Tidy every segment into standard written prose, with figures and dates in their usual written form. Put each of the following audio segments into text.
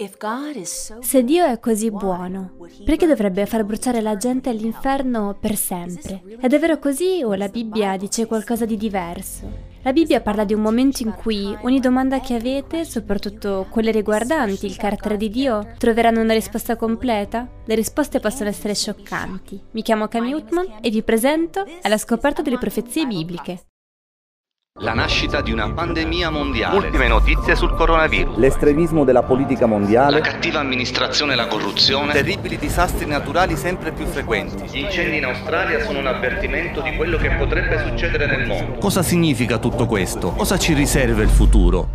Se Dio è così buono, perché dovrebbe far bruciare la gente all'inferno per sempre? È davvero così o la Bibbia dice qualcosa di diverso? La Bibbia parla di un momento in cui ogni domanda che avete, soprattutto quelle riguardanti il carattere di Dio, troveranno una risposta completa? Le risposte possono essere scioccanti. Mi chiamo Cami Utman e vi presento alla scoperta delle profezie bibliche. La nascita di una pandemia mondiale. Ultime notizie sul coronavirus. L'estremismo della politica mondiale. La cattiva amministrazione e la corruzione. Terribili disastri naturali sempre più frequenti. Gli incendi in Australia sono un avvertimento di quello che potrebbe succedere nel mondo. Cosa significa tutto questo? Cosa ci riserva il futuro?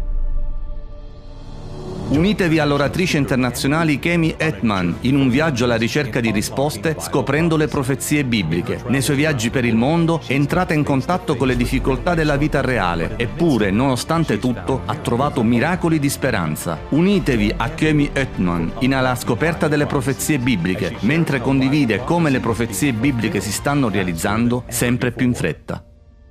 Unitevi all'oratrice internazionale Cami Utman in un viaggio alla ricerca di risposte scoprendo le profezie bibliche. Nei suoi viaggi per il mondo entrate in contatto con le difficoltà della vita reale, eppure, nonostante tutto, ha trovato miracoli di speranza. Unitevi a Cami Utman alla scoperta delle profezie bibliche, mentre condivide come le profezie bibliche si stanno realizzando sempre più in fretta.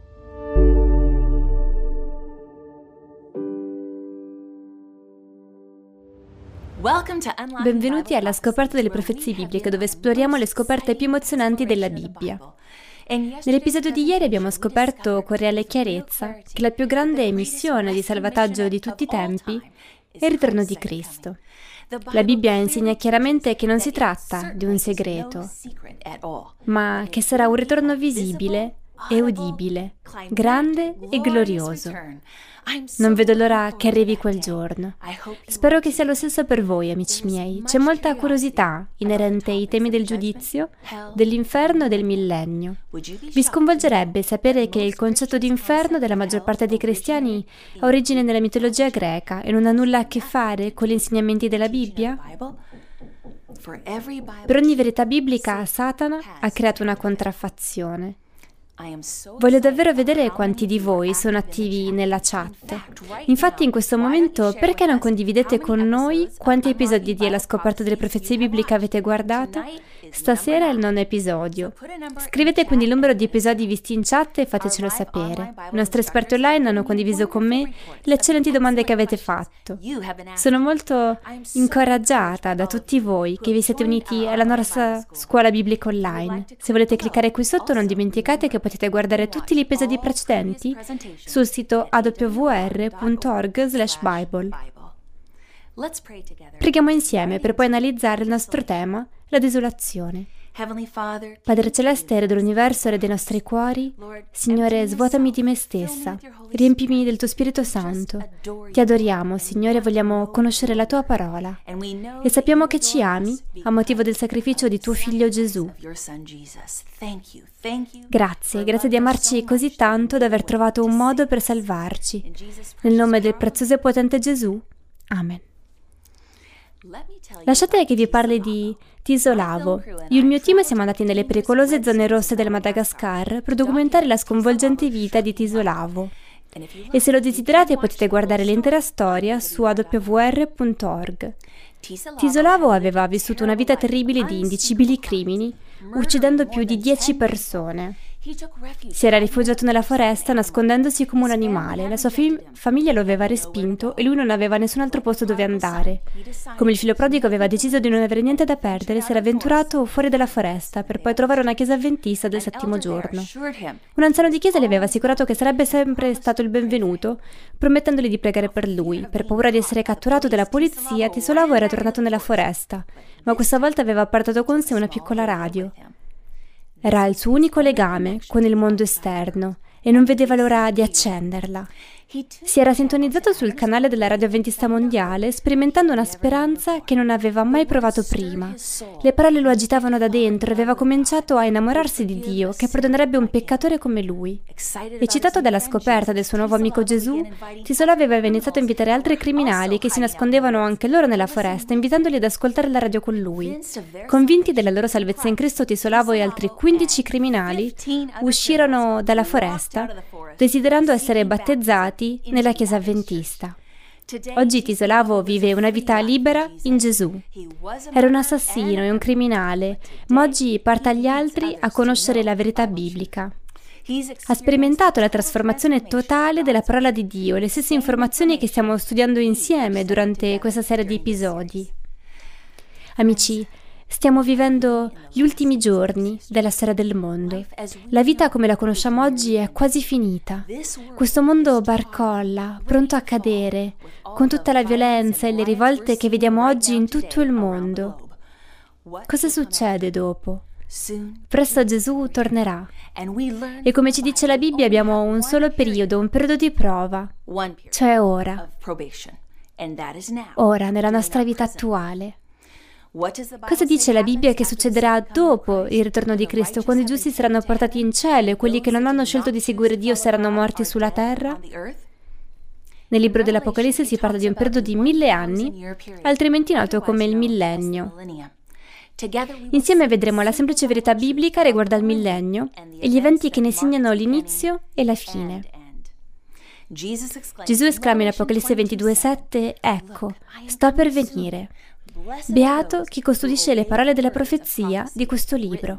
Benvenuti alla scoperta delle profezie bibliche, dove esploriamo le scoperte più emozionanti della Bibbia. Nell'episodio di ieri abbiamo scoperto con reale chiarezza che la più grande missione di salvataggio di tutti i tempi è il ritorno di Cristo. La Bibbia insegna chiaramente che non si tratta di un segreto, ma che sarà un ritorno visibile e udibile, grande e glorioso. Non vedo l'ora che arrivi quel giorno. Spero che sia lo stesso per voi, amici miei. C'è molta curiosità inerente ai temi del giudizio, dell'inferno e del millennio. Vi sconvolgerebbe sapere che il concetto di inferno della maggior parte dei cristiani ha origine nella mitologia greca e non ha nulla a che fare con gli insegnamenti della Bibbia? Per ogni verità biblica, Satana ha creato una contraffazione. Voglio davvero vedere quanti di voi sono attivi nella chat. Infatti in questo momento perché non condividete con noi quanti episodi di La scoperta delle profezie bibliche avete guardato? Stasera è il 9° episodio. Scrivete quindi il numero di episodi visti in chat e fatecelo sapere. I nostri esperti online hanno condiviso con me le eccellenti domande che avete fatto. Sono molto incoraggiata da tutti voi che vi siete uniti alla nostra scuola biblica online. Se volete cliccare qui sotto non dimenticate che potete guardare tutti gli episodi precedenti sul sito awr.org/bible. Preghiamo insieme per poi analizzare il nostro tema, la desolazione. Padre Celeste, Re dell'Universo, Re dei nostri cuori, Signore, svuotami di me stessa, riempimi del tuo Spirito Santo. Ti adoriamo, Signore, vogliamo conoscere la tua parola e sappiamo che ci ami a motivo del sacrificio di tuo Figlio Gesù. Grazie di amarci così tanto da aver trovato un modo per salvarci. Nel nome del prezioso e potente Gesù. Amen. Lasciate che vi parli di Tisolavo. Io e il mio team siamo andati nelle pericolose zone rosse del Madagascar per documentare la sconvolgente vita di Tisolavo. E se lo desiderate potete guardare l'intera storia su awr.org. Tisolavo aveva vissuto una vita terribile di indicibili crimini, uccidendo più di 10 persone. Si era rifugiato nella foresta nascondendosi come un animale. La sua famiglia lo aveva respinto e lui non aveva nessun altro posto dove andare. Come il figlio prodigo aveva deciso di non avere niente da perdere, si era avventurato fuori dalla foresta per poi trovare una chiesa avventista del 7° giorno. Un anziano di chiesa gli aveva assicurato che sarebbe sempre stato il benvenuto, promettendogli di pregare per lui. Per paura di essere catturato dalla polizia, Tisolavo era tornato nella foresta, ma questa volta aveva portato con sé una piccola radio. Era il suo unico legame con il mondo esterno e non vedeva l'ora di accenderla. Si era sintonizzato sul canale della Radio Avventista Mondiale, sperimentando una speranza che non aveva mai provato prima. Le parole lo agitavano da dentro e aveva cominciato a innamorarsi di Dio, che perdonerebbe un peccatore come lui. Eccitato dalla scoperta del suo nuovo amico Gesù, Tisolavo aveva iniziato a invitare altri criminali che si nascondevano anche loro nella foresta, invitandoli ad ascoltare la radio con lui. Convinti della loro salvezza in Cristo, Tisolavo e altri 15 criminali uscirono dalla foresta, desiderando essere battezzati nella chiesa avventista. Oggi Tisolavo vive una vita libera in Gesù. Era un assassino e un criminale, ma oggi porta gli altri a conoscere la verità biblica. Ha sperimentato la trasformazione totale della parola di Dio, le stesse informazioni che stiamo studiando insieme durante questa serie di episodi. Amici, stiamo vivendo gli ultimi giorni della storia del mondo. La vita come la conosciamo oggi è quasi finita. Questo mondo barcolla, pronto a cadere, con tutta la violenza e le rivolte che vediamo oggi in tutto il mondo. Cosa succede dopo? Presto Gesù tornerà. E come ci dice la Bibbia abbiamo un solo periodo, un periodo di prova, cioè ora. Ora, nella nostra vita attuale. Cosa dice la Bibbia che succederà dopo il ritorno di Cristo, quando i giusti saranno portati in cielo e quelli che non hanno scelto di seguire Dio saranno morti sulla terra? Nel libro dell'Apocalisse si parla di un periodo di 1000 anni, altrimenti noto come il millennio. Insieme vedremo la semplice verità biblica riguardo al millennio e gli eventi che ne segnano l'inizio e la fine. Gesù esclama in Apocalisse 22,7: Ecco, sto per venire. Beato chi custodisce le parole della profezia di questo libro.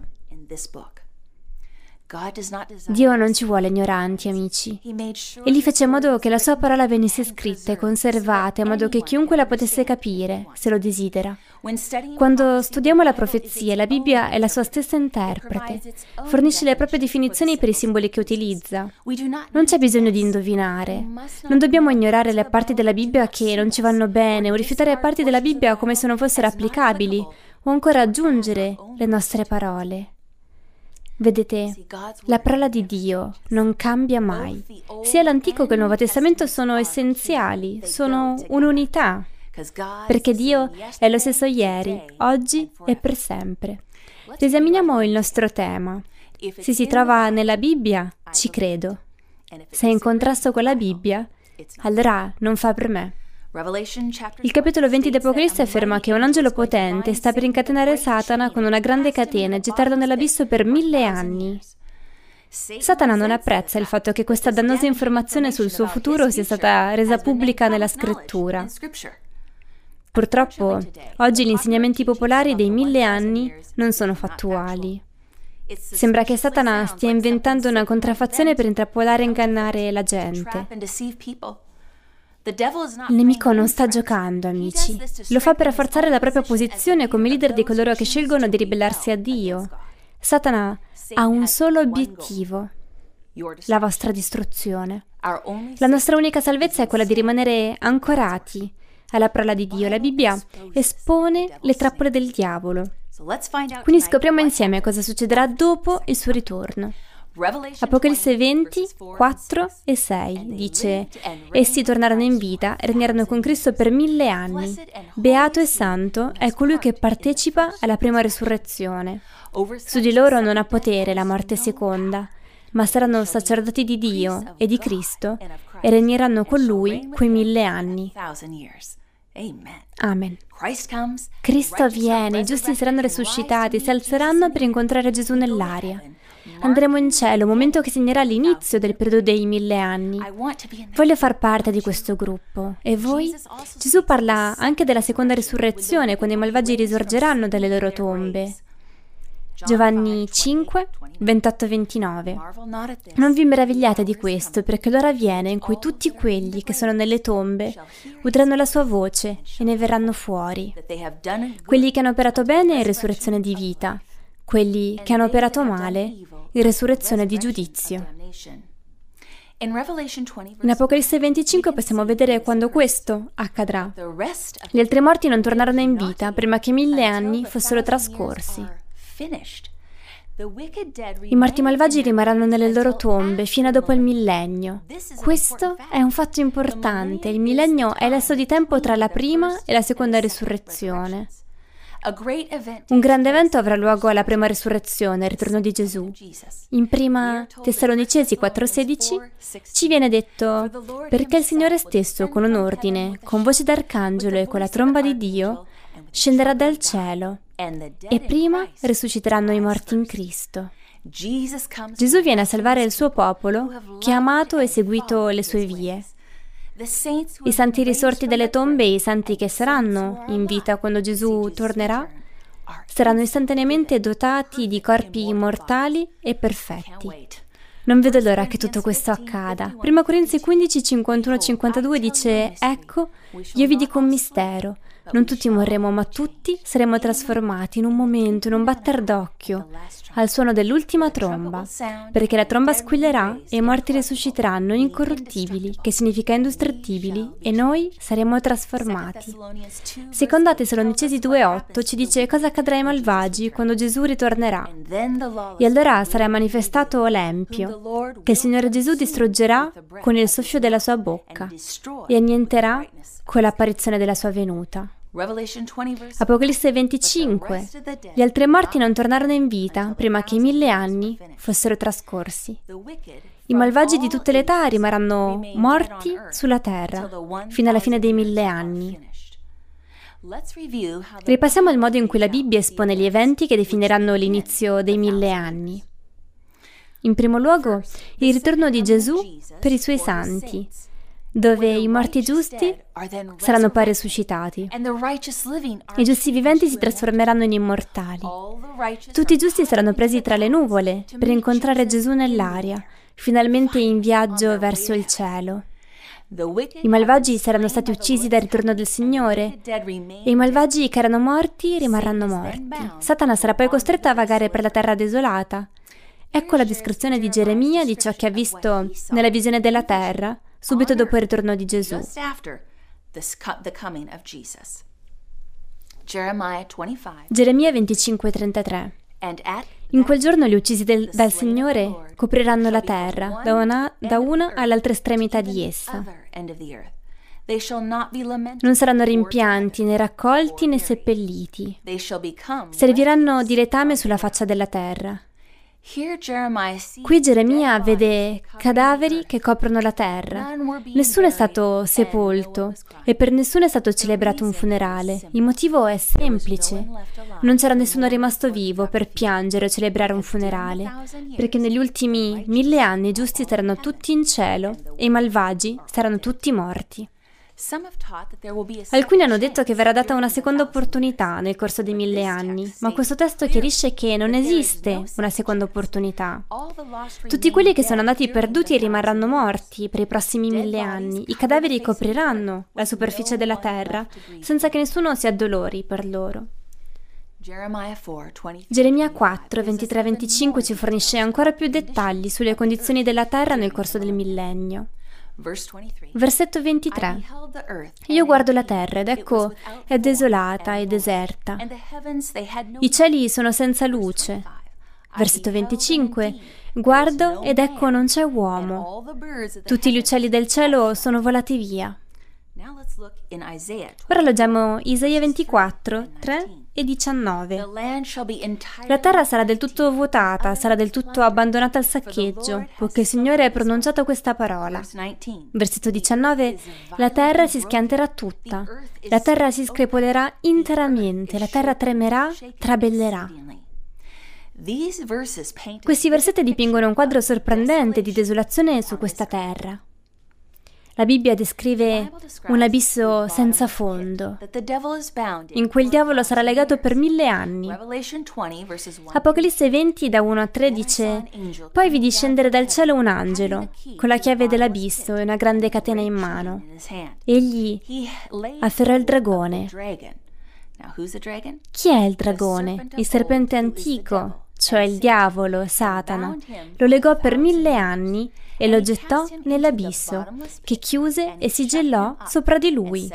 Dio non ci vuole ignoranti, amici. Egli fece in modo che la sua parola venisse scritta e conservata, in modo che chiunque la potesse capire, se lo desidera. Quando studiamo la profezia, la Bibbia è la sua stessa interprete. Fornisce le proprie definizioni per i simboli che utilizza. Non c'è bisogno di indovinare. Non dobbiamo ignorare le parti della Bibbia che non ci vanno bene, o rifiutare parti della Bibbia come se non fossero applicabili, o ancora aggiungere le nostre parole. Vedete, la parola di Dio non cambia mai. Sia l'Antico che il Nuovo Testamento sono essenziali, sono un'unità, perché Dio è lo stesso ieri, oggi e per sempre. Esaminiamo il nostro tema. Se si trova nella Bibbia, ci credo. Se è in contrasto con la Bibbia, allora non fa per me. Il capitolo 20 di Apocalisse afferma che un angelo potente sta per incatenare Satana con una grande catena e gettarlo nell'abisso per 1000 anni. Satana non apprezza il fatto che questa dannosa informazione sul suo futuro sia stata resa pubblica nella scrittura. Purtroppo, oggi gli insegnamenti popolari dei 1000 anni non sono fattuali. Sembra che Satana stia inventando una contraffazione per intrappolare e ingannare la gente. Il nemico non sta giocando, amici. Lo fa per rafforzare la propria posizione come leader di coloro che scelgono di ribellarsi a Dio. Satana ha un solo obiettivo: la vostra distruzione. La nostra unica salvezza è quella di rimanere ancorati alla parola di Dio. La Bibbia espone le trappole del diavolo. Quindi scopriamo insieme cosa succederà dopo il suo ritorno. Apocalisse 20, 4 e 6 dice: Essi tornarono in vita e regneranno con Cristo per 1000 anni. Beato e santo è colui che partecipa alla prima resurrezione. Su di loro non ha potere la morte seconda, ma saranno sacerdoti di Dio e di Cristo e regneranno con Lui quei 1000 anni. Amen. Cristo viene, i giusti saranno resuscitati, si alzeranno per incontrare Gesù nell'aria. Andremo in cielo, momento che segnerà l'inizio del periodo dei 1000 anni. Voglio far parte di questo gruppo. E voi? Gesù parla anche della seconda risurrezione, quando i malvagi risorgeranno dalle loro tombe. Giovanni 5, 28-29. Non vi meravigliate di questo, perché l'ora viene in cui tutti quelli che sono nelle tombe udranno la sua voce e ne verranno fuori. Quelli che hanno operato bene in resurrezione di vita, quelli che hanno operato male in resurrezione di giudizio. In Apocalisse 25 possiamo vedere quando questo accadrà. Gli altri morti non tornarono in vita prima che 1000 anni fossero trascorsi. I morti malvagi rimarranno nelle loro tombe fino a dopo il millennio. Questo è un fatto importante. Il millennio è l'asso di tempo tra la prima e la seconda risurrezione. Un grande evento avrà luogo alla prima risurrezione, il ritorno di Gesù. In prima Tessalonicesi 4,16 ci viene detto: perché il Signore stesso, con un ordine, con voce d'arcangelo e con la tromba di Dio, scenderà dal cielo e prima risusciteranno i morti in Cristo. Gesù viene a salvare il suo popolo che ha amato e seguito le sue vie. I santi risorti dalle tombe e i santi che saranno in vita quando Gesù tornerà saranno istantaneamente dotati di corpi immortali e perfetti. Non vedo l'ora che tutto questo accada. Prima Corinzi 15, 51-52 dice: Ecco, io vi dico un mistero. Non tutti morremo, ma tutti saremo trasformati in un momento, in un batter d'occhio, al suono dell'ultima tromba, perché la tromba squillerà e i morti risusciteranno incorruttibili, che significa indistruttibili, e noi saremo trasformati. Seconda Tessalonicesi 2,8 ci dice cosa accadrà ai malvagi quando Gesù ritornerà. E allora sarà manifestato l'empio, che il Signore Gesù distruggerà con il soffio della sua bocca e annienterà con l'apparizione della sua venuta. Apocalisse 25. Gli altri morti non tornarono in vita prima che i 1000 anni fossero trascorsi. I malvagi di tutte le età rimarranno morti sulla terra fino alla fine dei 1000 anni. Ripassiamo il modo in cui la Bibbia espone gli eventi che definiranno l'inizio dei 1000 anni. In primo luogo, il ritorno di Gesù per i suoi santi, dove i morti giusti saranno poi risuscitati. I giusti viventi si trasformeranno in immortali. Tutti i giusti saranno presi tra le nuvole per incontrare Gesù nell'aria, finalmente in viaggio verso il cielo. I malvagi saranno stati uccisi dal ritorno del Signore e i malvagi che erano morti rimarranno morti. Satana sarà poi costretto a vagare per la terra desolata. Ecco la descrizione di Geremia di ciò che ha visto nella visione della terra subito dopo il ritorno di Gesù. Geremia 25:33. In quel giorno gli uccisi dal Signore copriranno la terra da una all'altra estremità di essa. Non saranno rimpianti, né raccolti, né seppelliti. Serviranno di letame sulla faccia della terra. Qui Geremia vede cadaveri che coprono la terra. Nessuno è stato sepolto e per nessuno è stato celebrato un funerale. Il motivo è semplice. Non c'era nessuno rimasto vivo per piangere o celebrare un funerale, perché negli ultimi 1000 anni i giusti saranno tutti in cielo e i malvagi saranno tutti morti. Alcuni hanno detto che verrà data una seconda opportunità nel corso dei 1000 anni, ma questo testo chiarisce che non esiste una seconda opportunità. Tutti quelli che sono andati perduti rimarranno morti per i prossimi 1000 anni. I cadaveri copriranno la superficie della terra senza che nessuno si addolori per loro. Geremia 4, 23-25 ci fornisce ancora più dettagli sulle condizioni della terra nel corso del millennio. Versetto 23. Io guardo la terra ed ecco è desolata e deserta. I cieli sono senza luce. Versetto 25. Guardo ed ecco non c'è uomo. Tutti gli uccelli del cielo sono volati via. Ora leggiamo Isaia 24, 3 e 19. La terra sarà del tutto vuotata, sarà del tutto abbandonata al saccheggio, poiché il Signore ha pronunciato questa parola. Versetto 19. La terra si schianterà tutta, la terra si screpolerà interamente, la terra tremerà, trabellerà. Questi versetti dipingono un quadro sorprendente di desolazione su questa terra. La Bibbia descrive un abisso senza fondo, in cui il diavolo sarà legato per 1000 anni. Apocalisse 20, da 1 a 3 dice: Poi vidi scendere dal cielo un angelo, con la chiave dell'abisso e una grande catena in mano. Egli afferrò il dragone. Chi è il dragone? Il serpente antico, cioè il diavolo, Satana. Lo legò per 1000 anni e lo gettò nell'abisso, che chiuse e sigillò sopra di lui.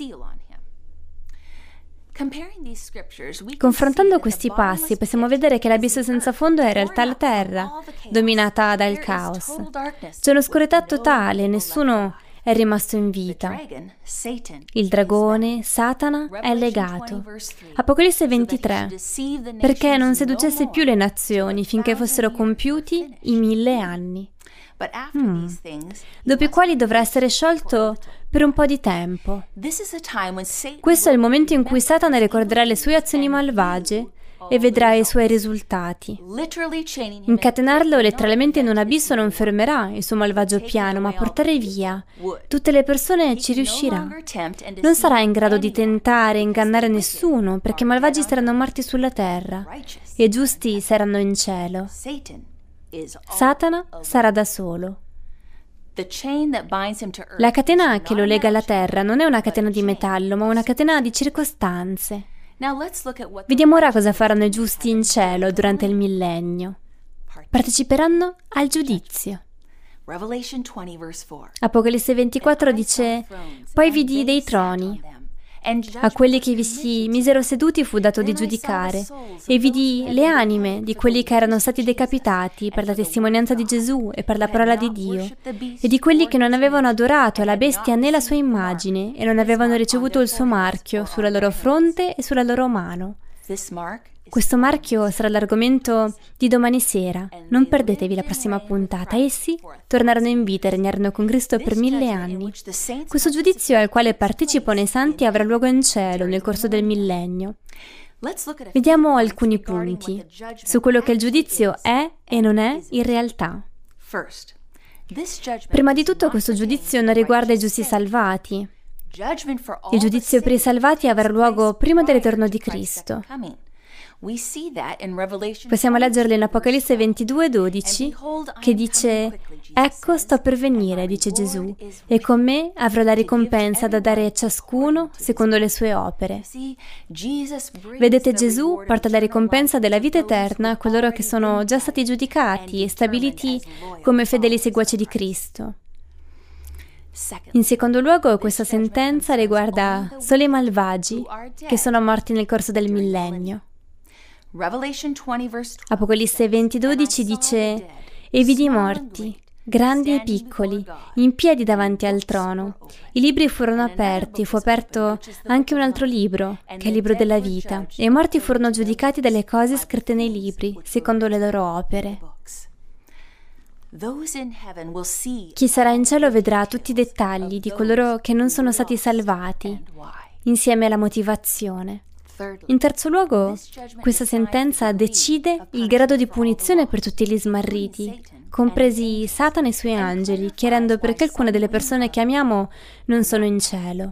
Confrontando questi passi possiamo vedere che l'abisso senza fondo è in realtà la terra, dominata dal caos. C'è un'oscurità totale e nessuno è rimasto in vita. Il dragone, Satana, è legato. Apocalisse 23, perché non seducesse più le nazioni finché fossero compiuti i 1000 anni. Dopo i quali dovrà essere sciolto per un po' di tempo. Questo è il momento in cui Satana ricorderà le sue azioni malvagie e vedrà i suoi risultati. Incatenarlo letteralmente in un abisso non fermerà il suo malvagio piano, ma portare via tutte le persone ci riuscirà. Non sarà in grado di tentare e ingannare nessuno, perché i malvagi saranno morti sulla terra e i giusti saranno in cielo. Satana sarà da solo. La catena che lo lega alla terra non è una catena di metallo, ma una catena di circostanze. Vediamo ora cosa faranno i giusti in cielo durante il millennio. Parteciperanno al giudizio. Apocalisse 24 dice: poi vidi dei troni. A quelli che vi si misero seduti fu dato di giudicare, e vidi le anime di quelli che erano stati decapitati per la testimonianza di Gesù e per la parola di Dio, e di quelli che non avevano adorato la bestia né la sua immagine, e non avevano ricevuto il suo marchio sulla loro fronte e sulla loro mano. Questo marchio sarà l'argomento di domani sera. Non perdetevi la prossima puntata. Essi tornarono in vita e regneranno con Cristo per 1000 anni. Questo giudizio al quale partecipano i santi avrà luogo in cielo nel corso del millennio. Vediamo alcuni punti su quello che il giudizio è e non è in realtà. Prima di tutto, questo giudizio non riguarda i giusti salvati. Il giudizio per i salvati avrà luogo prima del ritorno di Cristo. Possiamo leggerlo in Apocalisse 22:12, che dice: ecco, sto per venire, dice Gesù, e con me avrò la ricompensa da dare a ciascuno secondo le sue opere. Vedete, Gesù porta la ricompensa della vita eterna a coloro che sono già stati giudicati e stabiliti come fedeli seguaci di Cristo. In secondo luogo, questa sentenza riguarda solo i malvagi che sono morti nel corso del millennio. Apocalisse 20:12 dice: e vidi i morti, grandi e piccoli, in piedi davanti al trono. I libri furono aperti, fu aperto anche un altro libro, che è il libro della vita, e i morti furono giudicati dalle cose scritte nei libri, secondo le loro opere. Chi sarà in cielo vedrà tutti i dettagli di coloro che non sono stati salvati, insieme alla motivazione. In terzo luogo, questa sentenza decide il grado di punizione per tutti gli smarriti, compresi Satana e i suoi angeli, chiarendo perché alcune delle persone che amiamo non sono in cielo.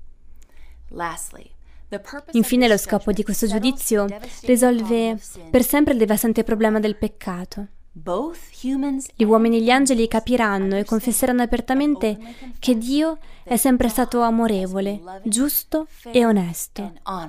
Infine, lo scopo di questo giudizio risolve per sempre il devastante problema del peccato. Gli uomini e gli angeli capiranno e confesseranno apertamente che Dio è sempre stato amorevole, giusto e onesto.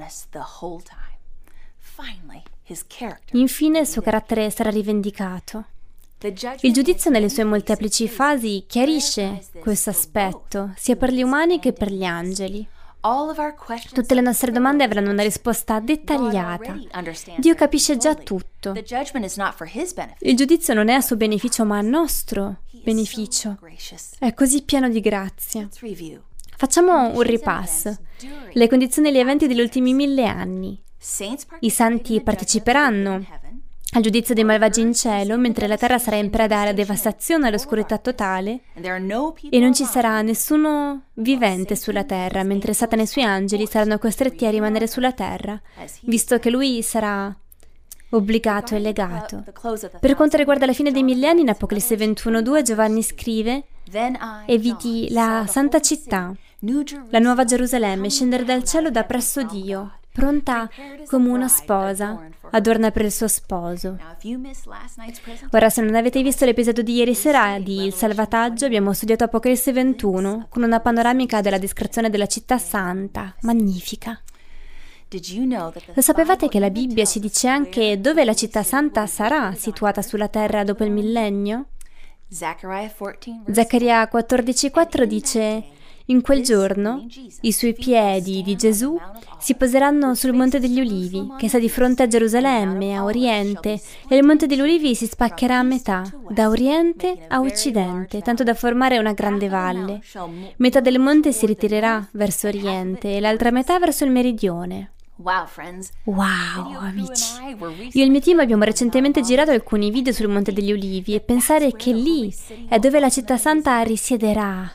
Infine il suo carattere sarà rivendicato. Il giudizio nelle sue molteplici fasi chiarisce questo aspetto, sia per gli umani che per gli angeli. Tutte le nostre domande avranno una risposta dettagliata. Dio capisce già tutto. Il giudizio non è a suo beneficio, ma a nostro beneficio. È così pieno di grazia. Facciamo un ripasso. Le condizioni e gli eventi degli ultimi 1000 anni. I santi parteciperanno al giudizio dei malvagi in cielo, mentre la terra sarà in preda alla devastazione e all'oscurità totale, e non ci sarà nessuno vivente sulla terra, mentre Satana e i suoi angeli saranno costretti a rimanere sulla terra, visto che lui sarà obbligato e legato. Per quanto riguarda la fine dei 1000 anni, in Apocalisse 21:2 Giovanni scrive: e vidi la santa città, la nuova Gerusalemme, scendere dal cielo da presso Dio, pronta come una sposa, adorna per il suo sposo. Ora, se non avete visto l'episodio di ieri sera di Il Salvataggio, abbiamo studiato Apocalisse 21 con una panoramica della descrizione della città santa, magnifica. Lo sapevate che la Bibbia ci dice anche dove la città santa sarà situata sulla terra dopo il millennio? Zaccaria 14:4 dice: in quel giorno i suoi piedi di Gesù si poseranno sul Monte degli Ulivi, che sta di fronte a Gerusalemme, a oriente, e il Monte degli Ulivi si spaccherà a metà, da oriente a occidente, tanto da formare una grande valle. Metà del monte si ritirerà verso oriente e l'altra metà verso il meridione. Wow, amici! Io e il mio team abbiamo recentemente girato alcuni video sul Monte degli Ulivi e pensare che lì è dove la città santa risiederà.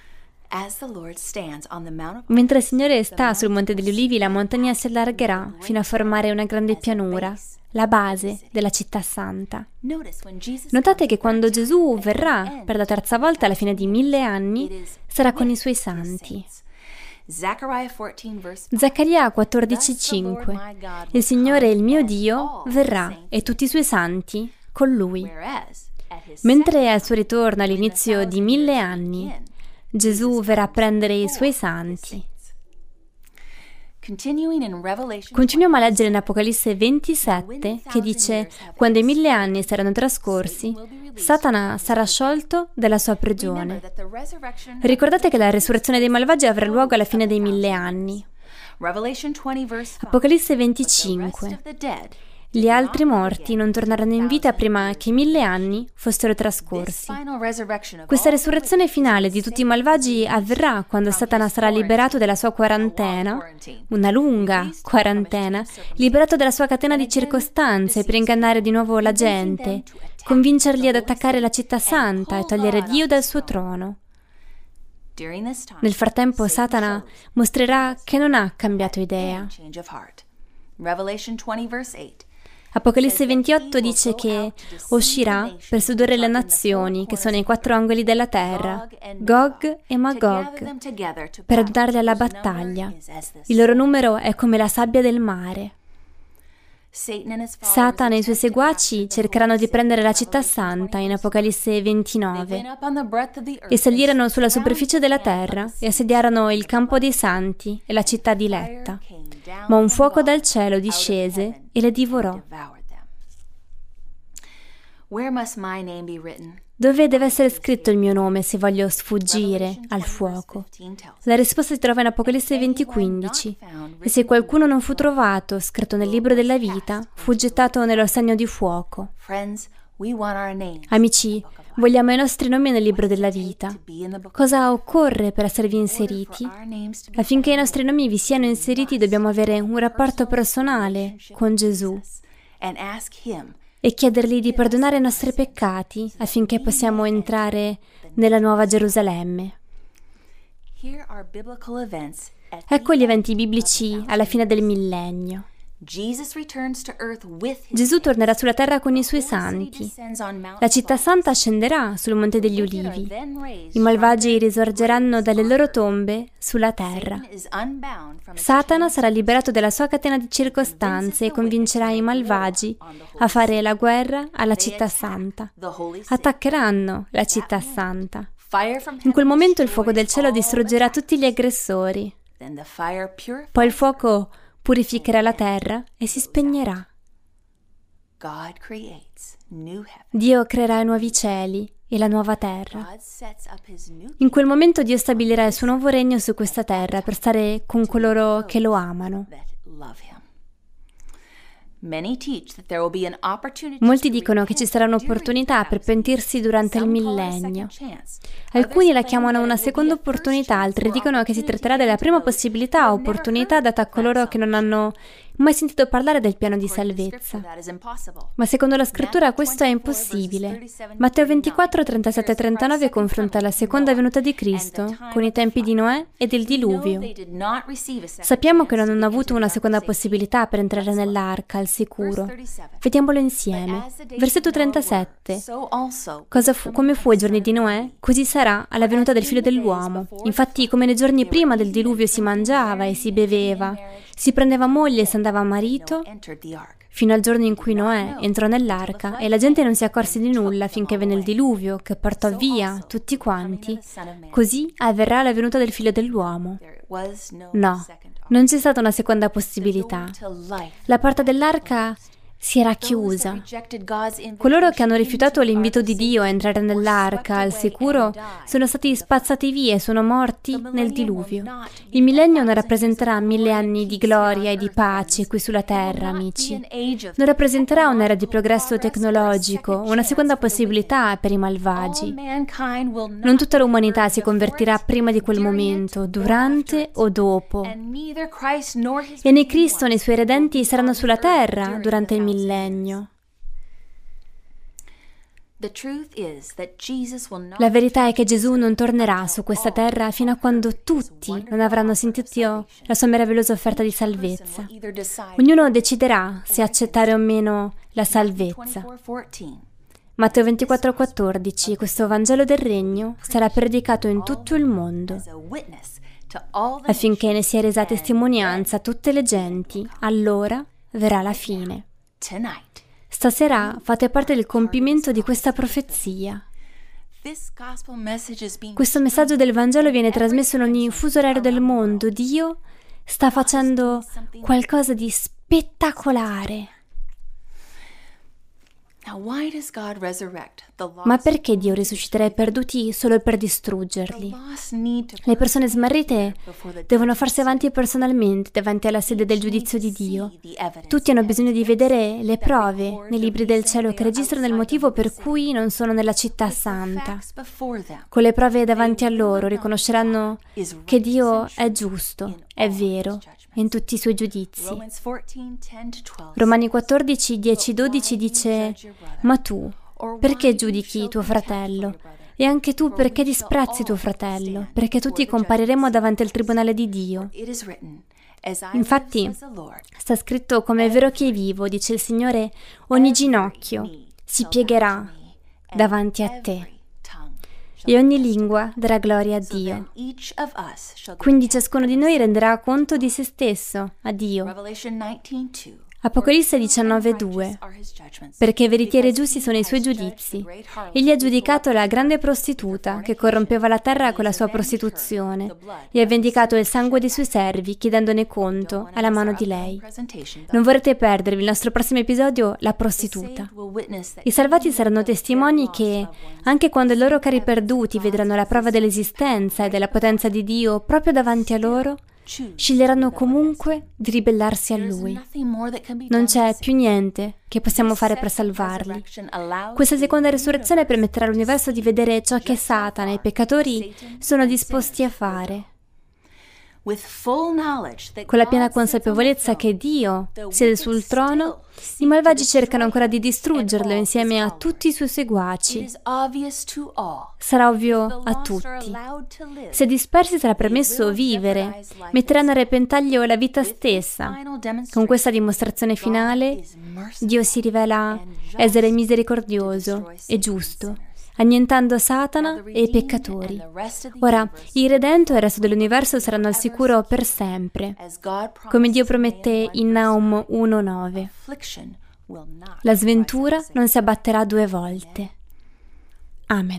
Mentre il Signore sta sul Monte degli Ulivi, la montagna si allargherà fino a formare una grande pianura, la base della città santa. Notate che quando Gesù verrà per la terza volta alla fine di 1000 anni, sarà con i suoi santi. Zaccaria 14:5 Il Signore, il mio Dio, verrà e tutti i suoi santi con lui. Mentre è al suo ritorno all'inizio di 1000 anni, Gesù verrà a prendere i suoi santi. Continuiamo a leggere in Apocalisse 27 che dice: quando i 1000 anni saranno trascorsi, Satana sarà sciolto dalla sua prigione. Ricordate che la resurrezione dei malvagi avrà luogo alla fine dei 1000 anni. Apocalisse 25. Gli altri morti non torneranno in vita prima che 1000 anni fossero trascorsi. Questa resurrezione finale di tutti i malvagi avverrà quando Satana sarà liberato dalla sua quarantena, una lunga quarantena, liberato dalla sua catena di circostanze per ingannare di nuovo la gente, convincerli ad attaccare la città santa e togliere Dio dal suo trono. Nel frattempo Satana mostrerà che non ha cambiato idea. Apocalisse 28 dice che uscirà per sedurre le nazioni che sono ai 4 angoli della terra, Gog e Magog, per adunarle alla battaglia. Il loro numero è come la sabbia del mare. Satana e i suoi seguaci cercheranno di prendere la città santa in Apocalisse 29 e salirono sulla superficie della terra e assediarono il campo dei santi e la città diletta. Ma un fuoco dal cielo discese e le divorò. Dove deve essere scritto il mio nome se voglio sfuggire al fuoco? La risposta si trova in Apocalisse 20:15. E se qualcuno non fu trovato scritto nel libro della vita, fu gettato nello stagno di fuoco. Amici, vogliamo i nostri nomi nel libro della vita. Cosa occorre per esservi inseriti? Affinché i nostri nomi vi siano inseriti dobbiamo avere un rapporto personale con Gesù e chiedergli di perdonare i nostri peccati affinché possiamo entrare nella nuova Gerusalemme. Ecco gli eventi biblici alla fine del millennio. Gesù tornerà sulla terra con i suoi santi. La città santa scenderà sul Monte degli Ulivi. I malvagi risorgeranno dalle loro tombe sulla terra. Satana sarà liberato dalla sua catena di circostanze e convincerà i malvagi a fare la guerra alla città santa. Attaccheranno la città santa. In quel momento il fuoco del cielo distruggerà tutti gli aggressori. Poi il fuoco purificherà la terra e si spegnerà. Dio creerà i nuovi cieli e la nuova terra. In quel momento Dio stabilirà il suo nuovo regno su questa terra per stare con coloro che lo amano. Molti dicono che ci sarà un'opportunità per pentirsi durante il millennio. Alcuni la chiamano una seconda opportunità, altri dicono che si tratterà della prima possibilità o opportunità data a coloro che non hanno mai sentito parlare del piano di salvezza. Ma secondo la scrittura questo è impossibile. Matteo 24, 37 e 39 confronta la seconda venuta di Cristo con i tempi di Noè e del diluvio. Sappiamo che non hanno avuto una seconda possibilità per entrare nell'arca al sicuro. Vediamolo insieme. Versetto 37. Come fu ai giorni di Noè, così sarà alla venuta del Figlio dell'uomo. Infatti, come nei giorni prima del diluvio si mangiava e si beveva, si prendeva moglie e si andava a marito, fino al giorno in cui Noè entrò nell'arca e la gente non si accorse di nulla finché venne il diluvio che portò via tutti quanti. Così avverrà la venuta del Figlio dell'uomo. No, non c'è stata una seconda possibilità. La porta dell'arca si era chiusa. Coloro che hanno rifiutato l'invito di Dio a entrare nell'arca al sicuro sono stati spazzati via e sono morti nel diluvio. Il millennio non rappresenterà 1000 anni di gloria e di pace qui sulla terra, amici. Non rappresenterà un'era di progresso tecnologico, una seconda possibilità per i malvagi. Non tutta l'umanità si convertirà prima di quel momento, durante o dopo. E né Cristo né i suoi redenti saranno sulla terra durante il millennio. La verità è che Gesù non tornerà su questa terra fino a quando tutti non avranno sentito la sua meravigliosa offerta di salvezza. Ognuno deciderà se accettare o meno la salvezza. Matteo 24,14. Questo Vangelo del Regno sarà predicato in tutto il mondo, affinché ne sia resa testimonianza a tutte le genti. Allora verrà la fine. Stasera fate parte del compimento di questa profezia. Questo messaggio del Vangelo viene trasmesso in ogni fuso orario del mondo. Dio sta facendo qualcosa di spettacolare. Ma perché Dio risusciterà i perduti solo per distruggerli? Le persone smarrite devono farsi avanti personalmente davanti alla sede del giudizio di Dio. Tutti hanno bisogno di vedere le prove nei libri del cielo che registrano il motivo per cui non sono nella città santa. Con le prove davanti a loro riconosceranno che Dio è giusto, è vero, in tutti i suoi giudizi. Romani 14, 10-12 dice: ma tu, perché giudichi tuo fratello? E anche tu perché disprezzi tuo fratello? Perché tutti compariremo davanti al tribunale di Dio. Infatti, sta scritto: come è vero che è vivo, dice il Signore, ogni ginocchio si piegherà davanti a te e ogni lingua darà gloria a Dio. Quindi ciascuno di noi renderà conto di se stesso a Dio. Apocalisse 19:2. Perché i veritieri e giusti sono i suoi giudizi. Egli ha giudicato la grande prostituta che corrompeva la terra con la sua prostituzione e ha vendicato il sangue dei suoi servi chiedendone conto alla mano di lei. Non vorrete perdervi il nostro prossimo episodio, la prostituta. I salvati saranno testimoni che, anche quando i loro cari perduti vedranno la prova dell'esistenza e della potenza di Dio proprio davanti a loro, sceglieranno comunque di ribellarsi a Lui. Non c'è più niente che possiamo fare per salvarli. Questa seconda risurrezione permetterà all'universo di vedere ciò che Satana e i peccatori sono disposti a fare. Con la piena consapevolezza che Dio siede sul trono, i malvagi cercano ancora di distruggerlo insieme a tutti i suoi seguaci. Sarà ovvio a tutti. Se dispersi sarà permesso vivere, metteranno a repentaglio la vita stessa. Con questa dimostrazione finale, Dio si rivela essere misericordioso e giusto, annientando Satana e i peccatori. Ora, il Redento e il resto dell'universo saranno al sicuro per sempre, come Dio promette in Nahum 1:9. La sventura non si abbatterà 2 volte. Amen.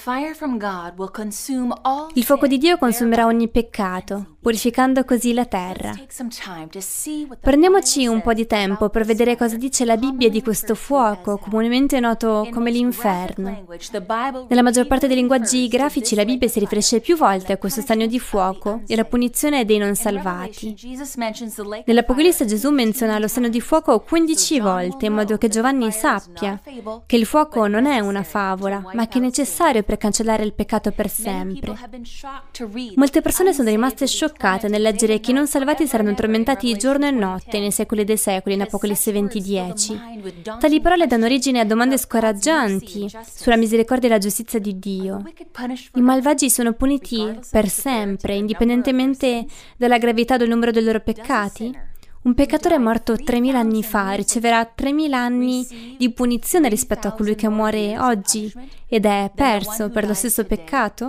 Il fuoco di Dio consumerà ogni peccato, purificando così la terra. Prendiamoci un po' di tempo per vedere cosa dice la Bibbia di questo fuoco, comunemente noto come l'inferno. Nella maggior parte dei linguaggi grafici la Bibbia si riferisce più volte a questo stagno di fuoco e alla punizione dei non salvati. Nell'Apocalisse Gesù menziona lo stagno di fuoco 15 volte, in modo che Giovanni sappia che il fuoco non è una favola, ma che è necessario per cancellare il peccato per sempre. Molte persone sono rimaste scioccate nel leggere che i non salvati saranno tormentati giorno e notte nei secoli dei secoli in Apocalisse 20:10. Tali parole danno origine a domande scoraggianti sulla misericordia e la giustizia di Dio. I malvagi sono puniti per sempre, indipendentemente dalla gravità del numero dei loro peccati? Un peccatore morto 3.000 anni fa riceverà 3.000 anni di punizione rispetto a colui che muore oggi ed è perso per lo stesso peccato?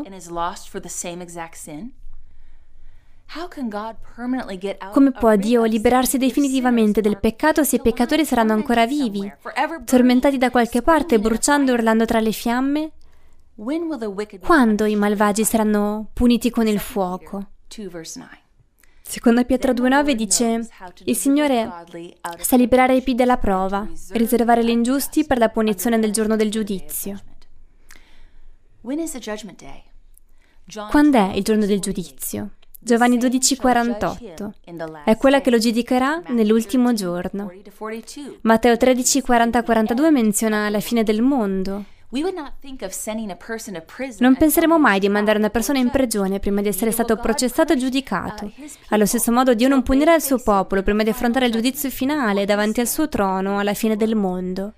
Come può Dio liberarsi definitivamente del peccato se i peccatori saranno ancora vivi, tormentati da qualche parte, bruciando e urlando tra le fiamme? Quando i malvagi saranno puniti con il fuoco? Seconda Pietro 2,9 dice: il Signore sa liberare i pi dalla prova e riservare gli ingiusti per la punizione del giorno del giudizio. Quando è il giorno del giudizio? Giovanni 12,48. È quella che lo giudicherà nell'ultimo giorno. Matteo 13,40-42 menziona la fine del mondo. Non penseremo mai di mandare una persona in prigione prima di essere stato processato e giudicato. Allo stesso modo Dio non punirà il suo popolo prima di affrontare il giudizio finale davanti al suo trono alla fine del mondo.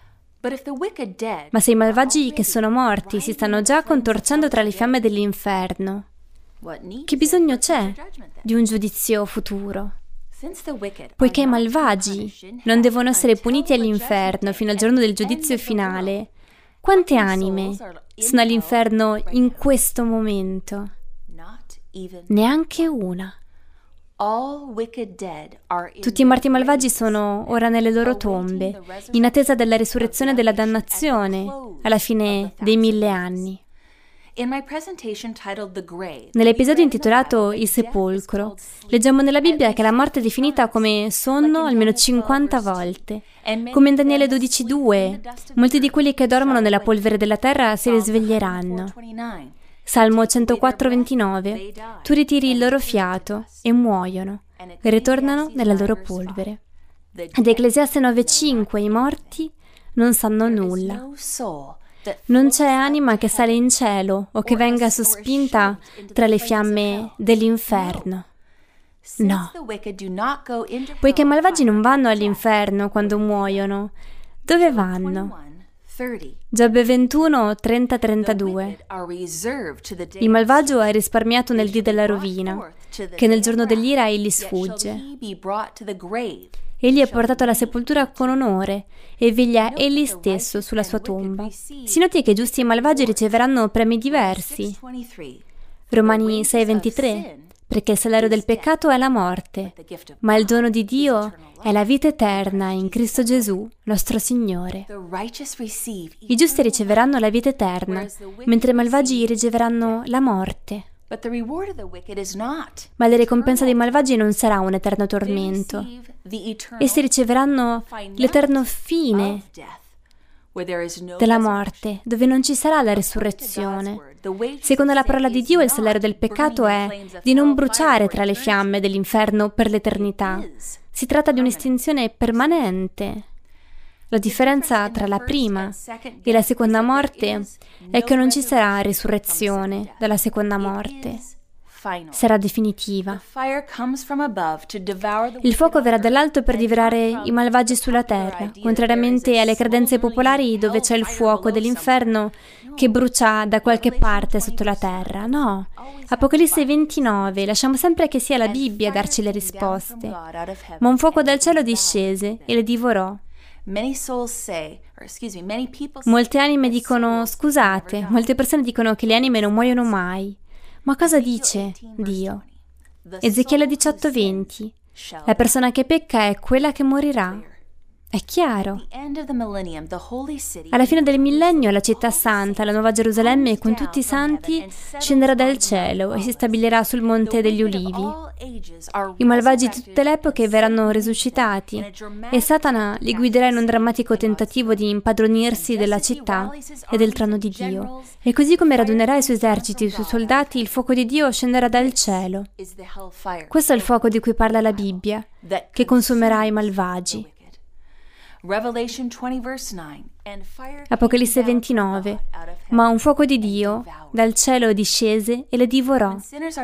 Ma se i malvagi che sono morti si stanno già contorcendo tra le fiamme dell'inferno, che bisogno c'è di un giudizio futuro? Poiché i malvagi non devono essere puniti all'inferno fino al giorno del giudizio finale, quante anime sono all'inferno in questo momento? Neanche una. Tutti i morti malvagi sono ora nelle loro tombe, in attesa della risurrezione della dannazione, alla fine dei 1000 anni. Nell'episodio intitolato Il sepolcro, leggiamo nella Bibbia che la morte è definita come sonno almeno 50 volte. Come in Daniele 12:2, molti di quelli che dormono nella polvere della terra si risveglieranno. Salmo 104:29, tu ritiri il loro fiato e muoiono, e ritornano nella loro polvere. Ed Ecclesiaste 9:5, i morti non sanno nulla. Non c'è anima che sale in cielo o che venga sospinta tra le fiamme dell'inferno. No. Poiché i malvagi non vanno all'inferno quando muoiono, dove vanno? Giobbe 21, 30-32. Il malvagio è risparmiato nel dì della rovina, che nel giorno dell'ira egli sfugge. Egli è portato alla sepoltura con onore e veglia egli stesso sulla sua tomba. Si noti che i giusti e i malvagi riceveranno premi diversi. Romani 6:23, perché il salario del peccato è la morte, ma il dono di Dio è la vita eterna in Cristo Gesù, nostro Signore. I giusti riceveranno la vita eterna, mentre i malvagi riceveranno la morte. Ma la ricompensa dei malvagi non sarà un eterno tormento. Essi riceveranno l'eterno fine della morte, dove non ci sarà la risurrezione. Secondo la parola di Dio, il salario del peccato è di non bruciare tra le fiamme dell'inferno per l'eternità. Si tratta di un'estinzione permanente. La differenza tra la prima e la seconda morte è che non ci sarà risurrezione dalla seconda morte. Sarà definitiva. Il fuoco verrà dall'alto per divorare i malvagi sulla terra, contrariamente alle credenze popolari dove c'è il fuoco dell'inferno che brucia da qualche parte sotto la terra. No. Apocalisse 29, lasciamo sempre che sia la Bibbia a darci le risposte. Ma un fuoco dal cielo discese e le divorò. Molte anime dicono, scusate, molte persone dicono che le anime non muoiono mai. Ma cosa dice Dio? Ezechiele 18:20, la persona che pecca è quella che morirà. È chiaro. Alla fine del millennio la città santa, la Nuova Gerusalemme con tutti i santi, scenderà dal cielo e si stabilirà sul Monte degli Ulivi. I malvagi di tutte le epoche verranno risuscitati e Satana li guiderà in un drammatico tentativo di impadronirsi della città e del trono di Dio. E così come radunerà i suoi eserciti e i suoi soldati, il fuoco di Dio scenderà dal cielo. Questo è il fuoco di cui parla la Bibbia, che consumerà i malvagi. Apocalisse 29, ma un fuoco di Dio dal cielo discese e le divorò.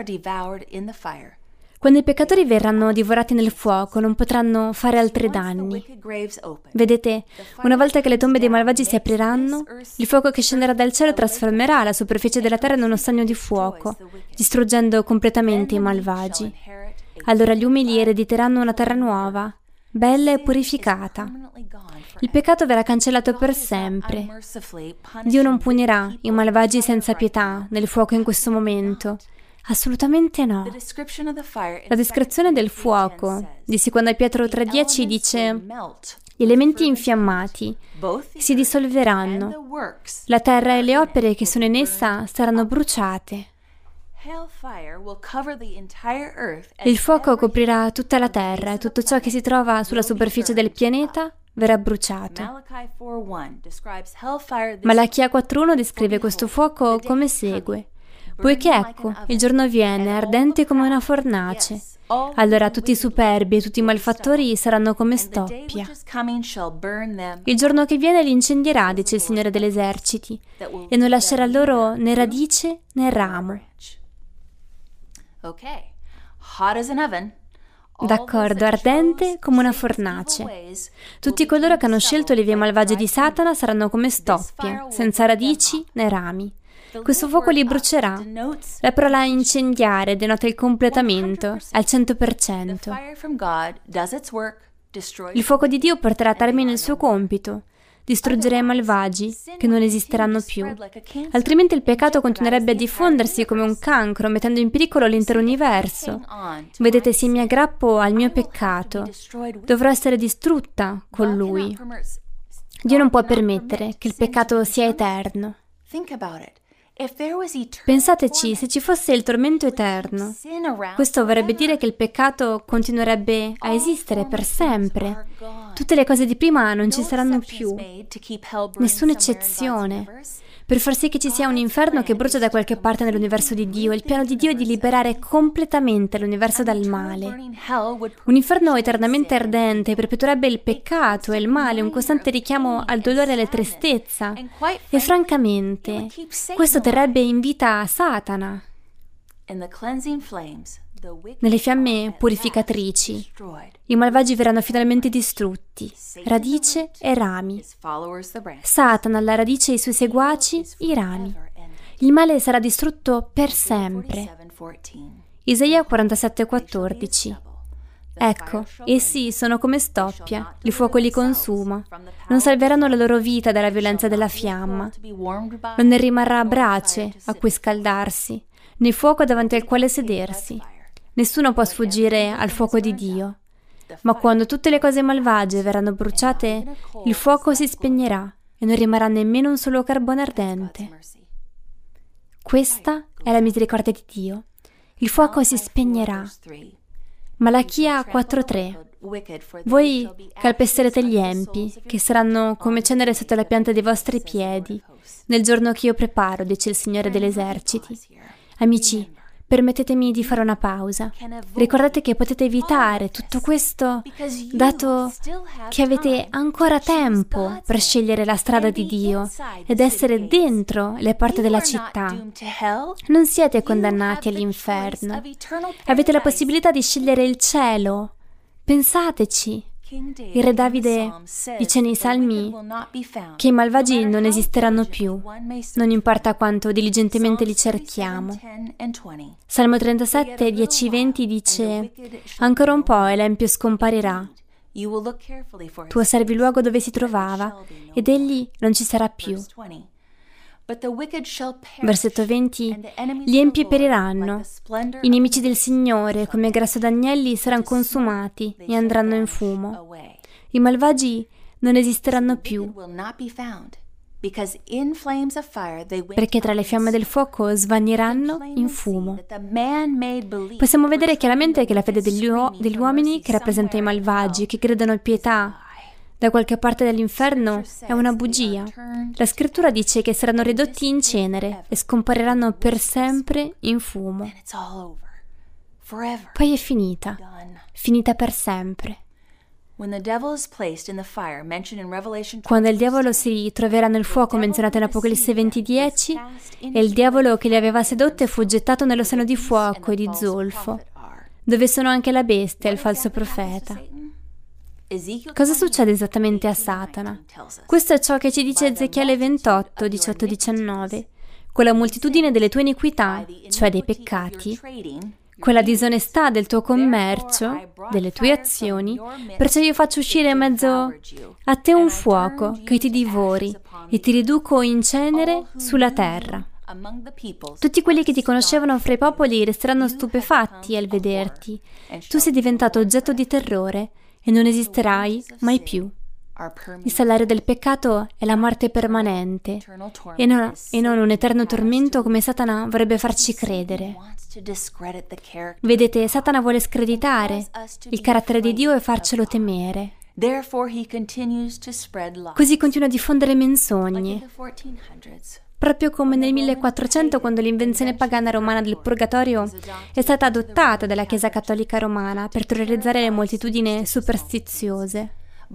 Quando i peccatori verranno divorati nel fuoco, non potranno fare altri danni. Vedete, una volta che le tombe dei malvagi si apriranno, il fuoco che scenderà dal cielo trasformerà la superficie della terra in uno stagno di fuoco, distruggendo completamente i malvagi. Allora gli umili erediteranno una terra nuova, bella e purificata. Il peccato verrà cancellato per sempre. Dio non punirà i malvagi senza pietà nel fuoco in questo momento. Assolutamente no. La descrizione del fuoco di 2 Pietro 3,10 dice: gli elementi infiammati si dissolveranno, la terra e le opere che sono in essa saranno bruciate. Il fuoco coprirà tutta la terra e tutto ciò che si trova sulla superficie del pianeta verrà bruciato. Malachia 4:1 descrive questo fuoco come segue: poiché ecco, il giorno viene ardente come una fornace, allora tutti i superbi e tutti i malfattori saranno come stoppia. Il giorno che viene li incendierà, dice il Signore degli eserciti, e non lascerà loro né radice né ramo. D'accordo, ardente come una fornace. Tutti coloro che hanno scelto le vie malvagie di Satana saranno come stoppie, senza radici né rami. Questo fuoco li brucerà. La parola incendiare denota il completamento, al 100%. Il fuoco di Dio porterà a termine il suo compito, distruggere i malvagi, che non esisteranno più. Altrimenti il peccato continuerebbe a diffondersi come un cancro, mettendo in pericolo l'intero universo. Vedete, se mi aggrappo al mio peccato, dovrò essere distrutta con lui. Dio non può permettere che il peccato sia eterno. Pensateci, se ci fosse il tormento eterno, questo vorrebbe dire che il peccato continuerebbe a esistere per sempre. Tutte le cose di prima non ci saranno più, nessuna eccezione. Per far sì che ci sia un inferno che brucia da qualche parte nell'universo di Dio, il piano di Dio è di liberare completamente l'universo dal male. Un inferno eternamente ardente perpetuerebbe il peccato e il male, un costante richiamo al dolore e alla tristezza. E francamente, questo terrebbe in vita Satana. Nelle fiamme purificatrici, i malvagi verranno finalmente distrutti, radice e rami. Satana, la radice e i suoi seguaci, i rami. Il male sarà distrutto per sempre. Isaia 47,14. Ecco, essi sono come stoppia, il fuoco li consuma. Non salveranno la loro vita dalla violenza della fiamma. Non ne rimarrà brace a cui scaldarsi, né fuoco davanti al quale sedersi. Nessuno può sfuggire al fuoco di Dio. Ma quando tutte le cose malvagie verranno bruciate, il fuoco si spegnerà e non rimarrà nemmeno un solo carbone ardente. Questa è la misericordia di Dio. Il fuoco si spegnerà. Malachia 4:3. Voi calpesterete gli empi, che saranno come cenere sotto la pianta dei vostri piedi, nel giorno che io preparo, dice il Signore degli eserciti. Amici, permettetemi di fare una pausa. Ricordate che potete evitare tutto questo dato che avete ancora tempo per scegliere la strada di Dio ed essere dentro le porte della città. Non siete condannati all'inferno. Avete la possibilità di scegliere il cielo. Pensateci. Il re Davide dice nei Salmi che i malvagi non esisteranno più, non importa quanto diligentemente li cerchiamo. Salmo 37, 10-20 dice: ancora un po' e l'empio scomparirà. Tu osservi il luogo dove si trovava ed egli non ci sarà più. Versetto 20. Gli empi periranno, i nemici del Signore come grasso d'agnelli saranno consumati e andranno in fumo. I malvagi non esisteranno più, perché tra le fiamme del fuoco svaniranno in fumo. Possiamo vedere chiaramente che la fede degli uomini, che rappresenta i malvagi, che gridano pietà da qualche parte dell'inferno, è una bugia. La scrittura dice che saranno ridotti in cenere e scompariranno per sempre in fumo. Poi è finita per sempre. Quando il diavolo si troverà nel fuoco menzionato in Apocalisse 20:10, e il diavolo che li aveva sedotte fu gettato nello seno di fuoco e di zolfo, dove sono anche la bestia e il falso profeta. Cosa succede esattamente a Satana? Questo è ciò che ci dice Ezechiele 28, 18-19. Con la moltitudine delle tue iniquità, cioè dei peccati, con la disonestà del tuo commercio, delle tue azioni, perciò io faccio uscire in mezzo a te un fuoco che ti divori e ti riduco in cenere sulla terra. Tutti quelli che ti conoscevano fra i popoli resteranno stupefatti al vederti. Tu sei diventato oggetto di terrore e non esisterai mai più. Il salario del peccato è la morte permanente e non un eterno tormento come Satana vorrebbe farci credere. Vedete, Satana vuole screditare il carattere di Dio e farcelo temere. Così continua a diffondere menzogne. Proprio come nel 1400, quando l'invenzione pagana romana del purgatorio è stata adottata dalla Chiesa cattolica romana per terrorizzare le moltitudini superstiziose.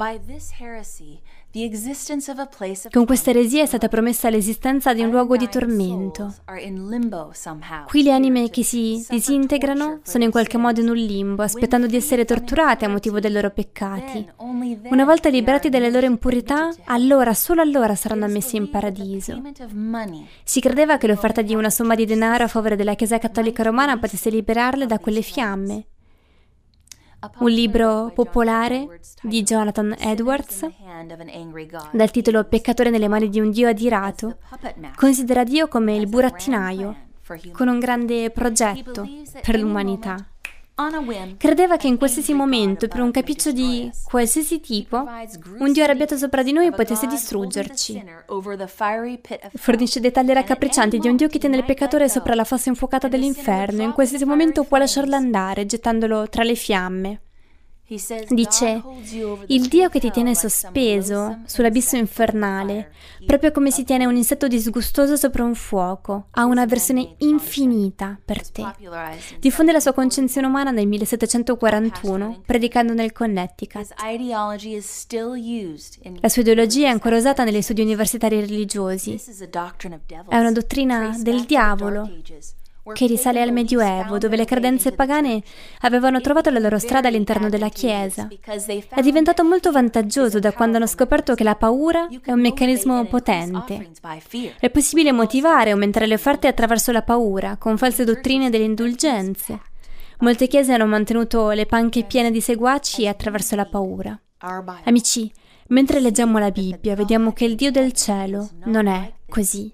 Con questa eresia è stata promessa l'esistenza di un luogo di tormento. Qui le anime che si disintegrano sono in qualche modo in un limbo, aspettando di essere torturate a motivo dei loro peccati. Una volta liberati dalle loro impurità, allora, solo allora saranno ammessi in paradiso. Si credeva che l'offerta di una somma di denaro a favore della Chiesa cattolica romana potesse liberarle da quelle fiamme. un libro popolare di Jonathan Edwards, dal titolo Peccatore nelle mani di un Dio adirato, considera Dio come il burattinaio, con un grande progetto per l'umanità. Credeva che in qualsiasi momento, per un capriccio di qualsiasi tipo, un Dio arrabbiato sopra di noi potesse distruggerci. Fornisce dettagli raccapriccianti di un Dio che tiene il peccatore sopra la fossa infuocata dell'inferno e in qualsiasi momento può lasciarlo andare, gettandolo tra le fiamme. Dice, il Dio che ti tiene sospeso sull'abisso infernale, proprio come si tiene un insetto disgustoso sopra un fuoco, ha una versione infinita per te. Diffonde la sua concezione umana nel 1741, predicando nel Connecticut. La sua ideologia è ancora usata negli studi universitari religiosi. È una dottrina del diavolo che risale al Medioevo, dove le credenze pagane avevano trovato la loro strada all'interno della Chiesa. È diventato molto vantaggioso da quando hanno scoperto che la paura è un meccanismo potente. È possibile motivare e aumentare le offerte attraverso la paura, con false dottrine delle indulgenze. Molte chiese hanno mantenuto le panche piene di seguaci attraverso la paura. Amici, mentre leggiamo la Bibbia, vediamo che il Dio del cielo non è così.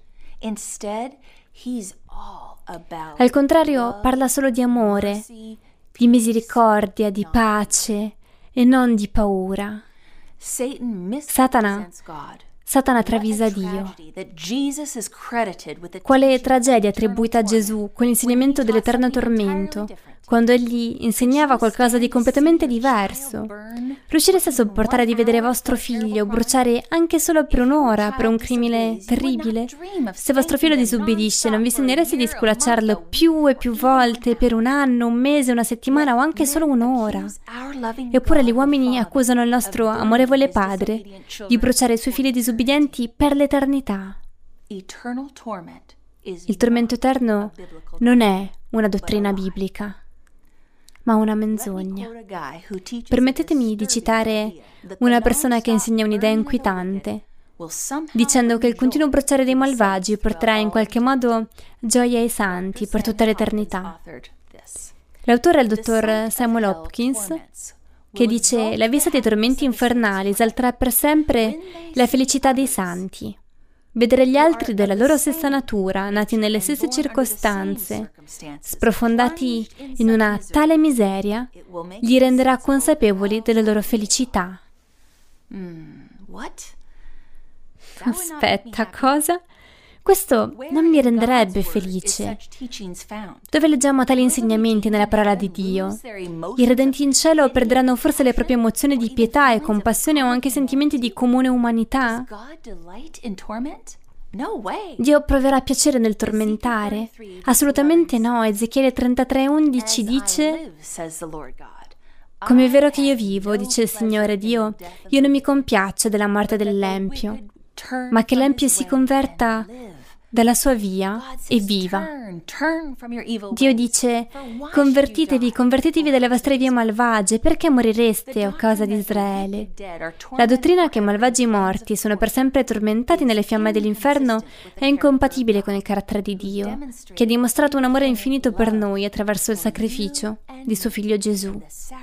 Al contrario, parla solo di amore, di misericordia, di pace e non di paura. Satana travisa Dio. Quale tragedia attribuita a Gesù con l'insegnamento dell'eterno tormento, quando egli insegnava qualcosa di completamente diverso. Riuscireste a sopportare di vedere vostro figlio bruciare anche solo per un'ora per un crimine terribile? Se vostro figlio disubbidisce, non vi sognereste di sculacciarlo più e più volte per un anno, un mese, una settimana o anche solo un'ora? Eppure gli uomini accusano il nostro amorevole Padre di bruciare i suoi figli disubbidienti per l'eternità. Il tormento eterno non è una dottrina biblica, ma una menzogna. Permettetemi di citare una persona che insegna un'idea inquietante, dicendo che il continuo bruciare dei malvagi porterà in qualche modo gioia ai santi per tutta l'eternità. L'autore è il dottor Samuel Hopkins, che dice: la vista dei tormenti infernali esalterà per sempre la felicità dei santi. Vedere gli altri della loro stessa natura, nati nelle stesse circostanze, sprofondati in una tale miseria, gli renderà consapevoli della loro felicità. Aspetta, cosa? Questo non mi renderebbe felice. Dove leggiamo tali insegnamenti nella parola di Dio? I redenti in cielo perderanno forse le proprie emozioni di pietà e compassione o anche sentimenti di comune umanità? Dio proverà piacere nel tormentare? Assolutamente no. Ezechiele 33:11 dice: come è vero che io vivo, dice il Signore Dio, io non mi compiaccio della morte dell'empio, ma che l'empio si converta dalla sua via e viva. Dio dice: convertitevi dalle vostre vie malvagie, perché morireste, o casa di Israele? La dottrina che i malvagi morti sono per sempre tormentati nelle fiamme dell'inferno è incompatibile con il carattere di Dio, che ha dimostrato un amore infinito per noi attraverso il sacrificio di suo figlio Gesù.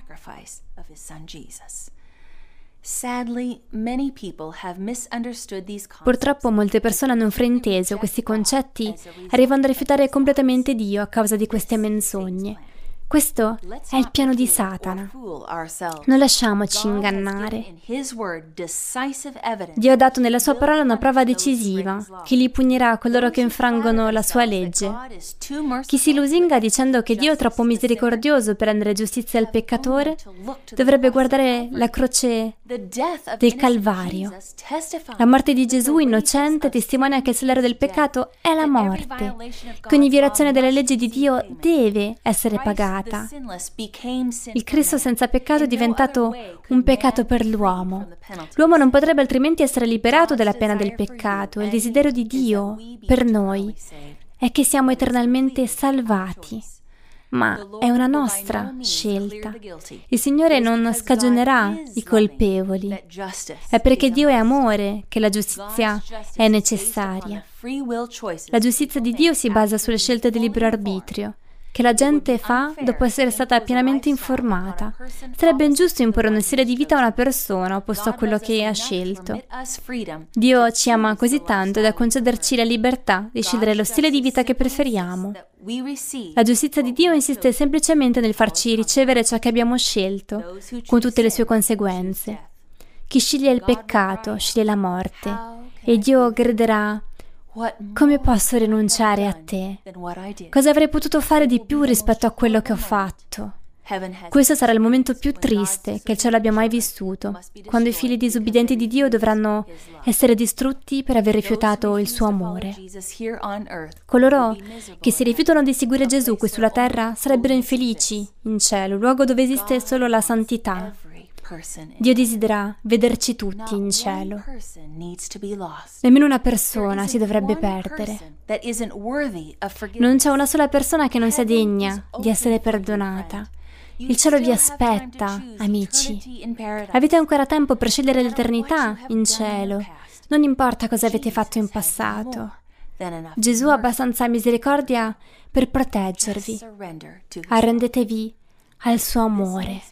Purtroppo molte persone hanno frainteso questi concetti, arrivando a rifiutare completamente Dio a causa di queste menzogne. Questo è il piano di Satana. Non lasciamoci ingannare. Dio ha dato nella sua parola una prova decisiva, che li punirà coloro che infrangono la sua legge. Chi si lusinga dicendo che Dio è troppo misericordioso per rendere giustizia al peccatore, dovrebbe guardare la croce del Calvario. La morte di Gesù innocente testimonia che il salario del peccato è la morte, che ogni violazione delle leggi di Dio deve essere pagata. Il Cristo senza peccato è diventato un peccato per l'uomo. L'uomo non potrebbe altrimenti essere liberato dalla pena del peccato. Il desiderio di Dio per noi è che siamo eternamente salvati, ma è una nostra scelta. Il Signore non scagionerà i colpevoli. È perché Dio è amore che la giustizia è necessaria. La giustizia di Dio si basa sulle scelte di libero arbitrio. che la gente fa dopo essere stata pienamente informata. Sarebbe ingiusto imporre uno stile di vita a una persona opposto a quello che ha scelto. Dio ci ama così tanto da concederci la libertà di scegliere lo stile di vita che preferiamo. La giustizia di Dio insiste semplicemente nel farci ricevere ciò che abbiamo scelto, con tutte le sue conseguenze. Chi sceglie il peccato sceglie la morte, e Dio griderà: come posso rinunciare a te? Cosa avrei potuto fare di più rispetto a quello che ho fatto? Questo sarà il momento più triste che il cielo abbia mai vissuto, quando i figli disobbedienti di Dio dovranno essere distrutti per aver rifiutato il suo amore. Coloro che si rifiutano di seguire Gesù qui sulla terra sarebbero infelici in cielo, luogo dove esiste solo la santità. Dio desidera vederci tutti in cielo. Nemmeno una persona si dovrebbe perdere. Non c'è una sola persona che non sia degna di essere perdonata. Il cielo vi aspetta, amici. Avete ancora tempo per scegliere l'eternità in cielo. Non importa cosa avete fatto in passato. Gesù ha abbastanza misericordia per proteggervi. Arrendetevi al suo amore.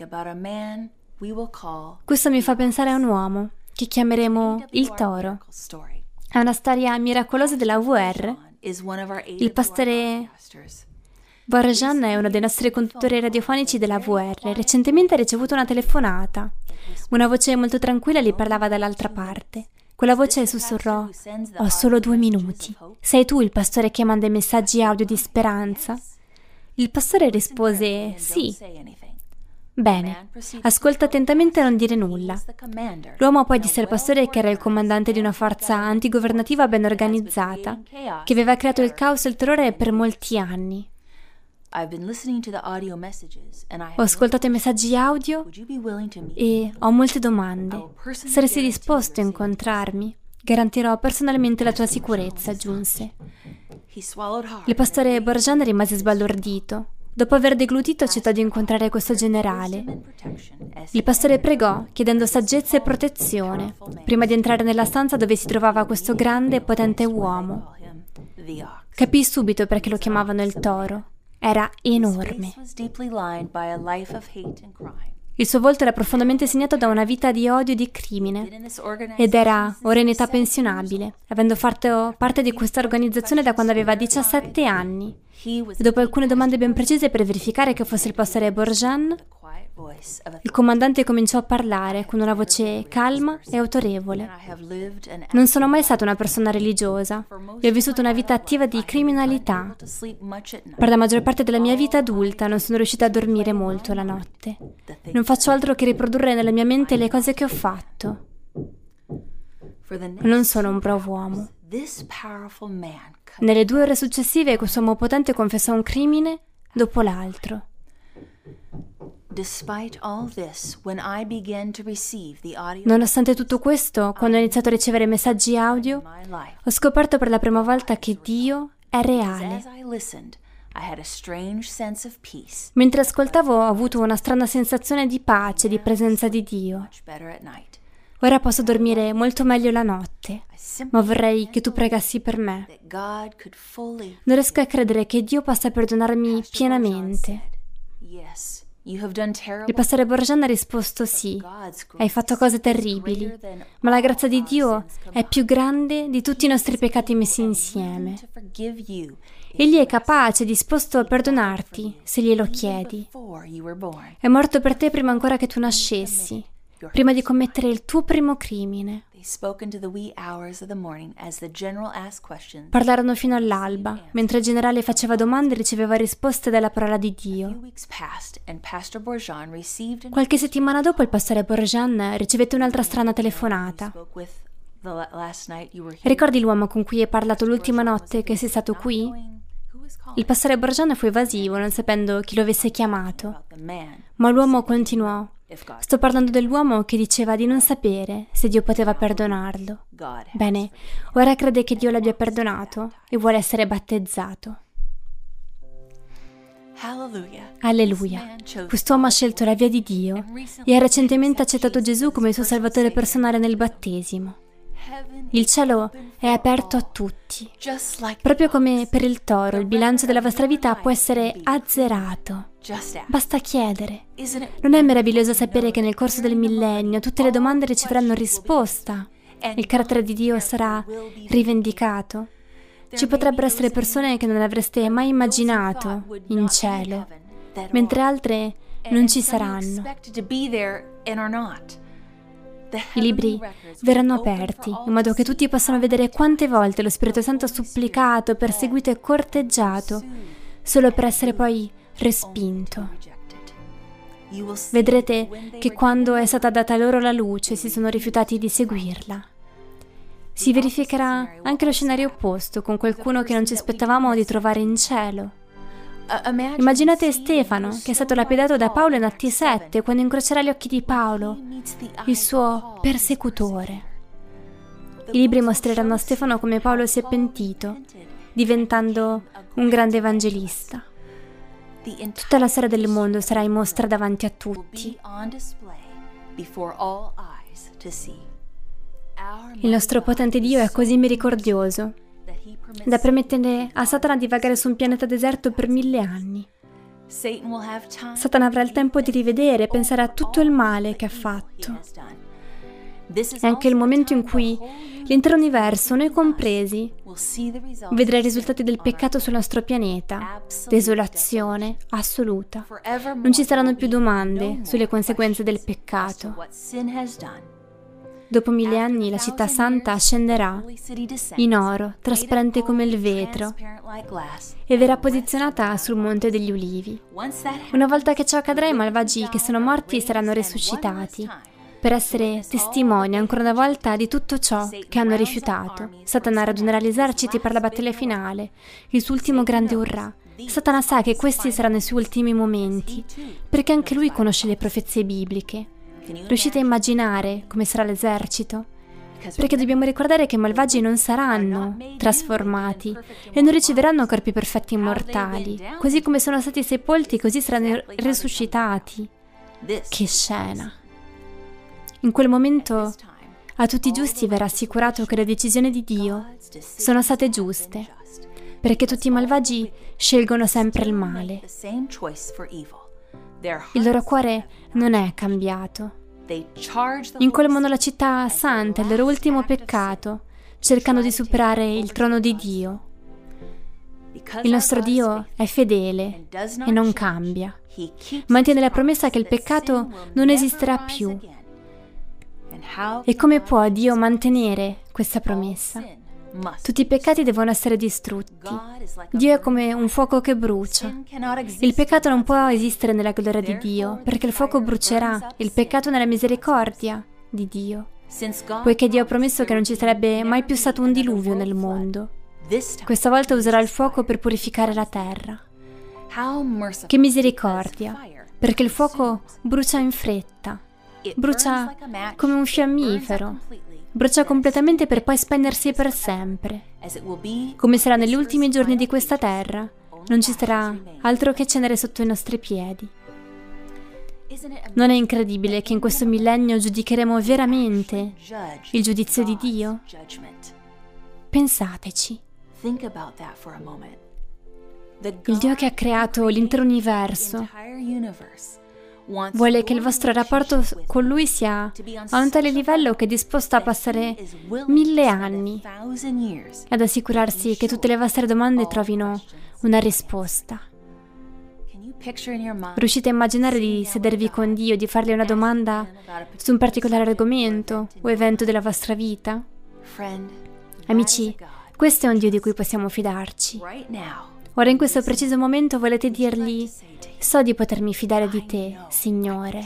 Questo mi fa pensare a un uomo che chiameremo il Toro. È una storia miracolosa della VR. Il pastore Borjan è uno dei nostri conduttori radiofonici della VR. Recentemente ha ricevuto una telefonata. Una voce molto tranquilla gli parlava dall'altra parte. Quella voce sussurrò: «Ho solo 2 minuti. Sei tu il pastore che manda i messaggi audio di speranza?» Il pastore rispose: «Sì». «Bene, ascolta attentamente e non dire nulla». L'uomo poi disse al pastore che era il comandante di una forza antigovernativa ben organizzata, che aveva creato il caos e il terrore per molti anni. Ho ascoltato i messaggi audio e ho molte domande. Saresti disposto a incontrarmi? Garantirò personalmente la tua sicurezza, aggiunse. Il pastore Borjan rimase sbalordito. Dopo aver deglutito, accettò di incontrare questo generale. Il pastore pregò, chiedendo saggezza e protezione, prima di entrare nella stanza dove si trovava questo grande e potente uomo. Capì subito perché lo chiamavano il Toro. Era enorme. Il suo volto era profondamente segnato da una vita di odio e di crimine ed era ora in età pensionabile, avendo fatto parte di questa organizzazione da quando aveva 17 anni. E dopo alcune domande ben precise per verificare che fosse il pastore Borjan, il comandante cominciò a parlare con una voce calma e autorevole. Non sono mai stata una persona religiosa e ho vissuto una vita attiva di criminalità. Per la maggior parte della mia vita adulta non sono riuscita a dormire molto la notte. Non faccio altro che riprodurre nella mia mente le cose che ho fatto. Non sono un bravo uomo. Nelle 2 ore successive questo uomo potente confessò un crimine dopo l'altro. Nonostante tutto questo, quando ho iniziato a ricevere messaggi audio, ho scoperto per la prima volta che Dio è reale. Mentre ascoltavo ho avuto una strana sensazione di pace, di presenza di Dio. Ora posso dormire molto meglio la notte, ma vorrei che tu pregassi per me. Non riesco a credere che Dio possa perdonarmi pienamente. Il pastore Borjan ha risposto sì, hai fatto cose terribili, ma la grazia di Dio è più grande di tutti i nostri peccati messi insieme. Egli è capace e disposto a perdonarti se glielo chiedi. È morto per te prima ancora che tu nascessi, prima di commettere il tuo primo crimine. Parlarono fino all'alba, mentre il generale faceva domande e riceveva risposte dalla parola di Dio. Qualche settimana dopo il pastore Borjan ricevette un'altra strana telefonata. Ricordi l'uomo con cui hai parlato l'ultima notte che sei stato qui? Il pastore Borjan fu evasivo, non sapendo chi lo avesse chiamato. Ma l'uomo continuò. Sto parlando dell'uomo che diceva di non sapere se Dio poteva perdonarlo. Bene, ora crede che Dio l'abbia perdonato e vuole essere battezzato. Alleluia. Quest'uomo ha scelto la via di Dio e ha recentemente accettato Gesù come suo salvatore personale nel battesimo. Il cielo è aperto a tutti. Proprio come per il toro, il bilancio della vostra vita può essere azzerato. Basta chiedere. Non è meraviglioso sapere che nel corso del millennio tutte le domande riceveranno risposta? Il carattere di Dio sarà rivendicato? Ci potrebbero essere persone che non avreste mai immaginato in cielo, mentre altre non ci saranno. I libri verranno aperti, in modo che tutti possano vedere quante volte lo Spirito Santo ha supplicato, perseguito e corteggiato, solo per essere poi respinto. Vedrete che quando è stata data loro la luce si sono rifiutati di seguirla. Si verificherà anche lo scenario opposto, con qualcuno che non ci aspettavamo di trovare in cielo. Immaginate Stefano, che è stato lapidato da Paolo in Atti 7, quando incrocerà gli occhi di Paolo, il suo persecutore. I libri mostreranno a Stefano come Paolo si è pentito, diventando un grande evangelista. Tutta la storia del mondo sarà in mostra davanti a tutti. Il nostro potente Dio è così misericordioso da permettere a Satana di vagare su un pianeta deserto per 1000 anni. Satana avrà il tempo di rivedere e pensare a tutto il male che ha fatto. È anche il momento in cui l'intero universo, noi compresi, vedrà i risultati del peccato sul nostro pianeta. Desolazione assoluta. Non ci saranno più domande sulle conseguenze del peccato. Dopo 1000 anni la città santa scenderà in oro, trasparente come il vetro, e verrà posizionata sul Monte degli Ulivi. Una volta che ciò accadrà, i malvagi che sono morti saranno risuscitati, per essere testimoni ancora una volta di tutto ciò che hanno rifiutato. Satana radunerà gli eserciti per la battaglia finale, il suo ultimo grande urrà. Satana sa che questi saranno i suoi ultimi momenti, perché anche lui conosce le profezie bibliche. Riuscite a immaginare come sarà l'esercito? Perché dobbiamo ricordare che i malvagi non saranno trasformati e non riceveranno corpi perfetti immortali. Così come sono stati sepolti, così saranno risuscitati. Che scena! In quel momento a tutti i giusti verrà assicurato che le decisioni di Dio sono state giuste, perché tutti i malvagi scelgono sempre il male. Il loro cuore non è cambiato. Incolmano la città santa, il loro ultimo peccato, cercando di superare il trono di Dio. Il nostro Dio è fedele e non cambia. Mantiene la promessa che il peccato non esisterà più. E come può Dio mantenere questa promessa? Tutti i peccati devono essere distrutti. Dio è come un fuoco che brucia. Il peccato non può esistere nella gloria di Dio, perché il fuoco brucerà il peccato nella misericordia di Dio, poiché Dio ha promesso che non ci sarebbe mai più stato un diluvio nel mondo. Questa volta userà il fuoco per purificare la terra. Che misericordia, perché il fuoco brucia in fretta, brucia come un fiammifero. Brucia completamente per poi spegnersi per sempre. Come sarà negli ultimi giorni di questa terra, non ci sarà altro che cenere sotto i nostri piedi. Non è incredibile che in questo millennio giudicheremo veramente il giudizio di Dio? Pensateci. Il Dio che ha creato l'intero universo vuole che il vostro rapporto con Lui sia a un tale livello che è disposto a passare 1000 anni ad assicurarsi che tutte le vostre domande trovino una risposta. Riuscite a immaginare di sedervi con Dio, di fargli una domanda su un particolare argomento o evento della vostra vita? Amici, questo è un Dio di cui possiamo fidarci. Ora in questo preciso momento volete dirgli: so di potermi fidare di te, Signore.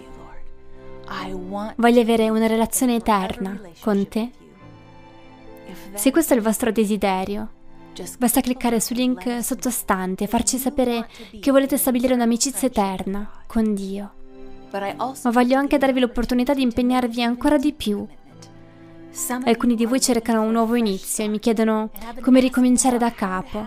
Voglio avere una relazione eterna con te. Se questo è il vostro desiderio, basta cliccare sul link sottostante e farci sapere che volete stabilire un'amicizia eterna con Dio. Ma voglio anche darvi l'opportunità di impegnarvi ancora di più. Alcuni di voi cercano un nuovo inizio e mi chiedono come ricominciare da capo.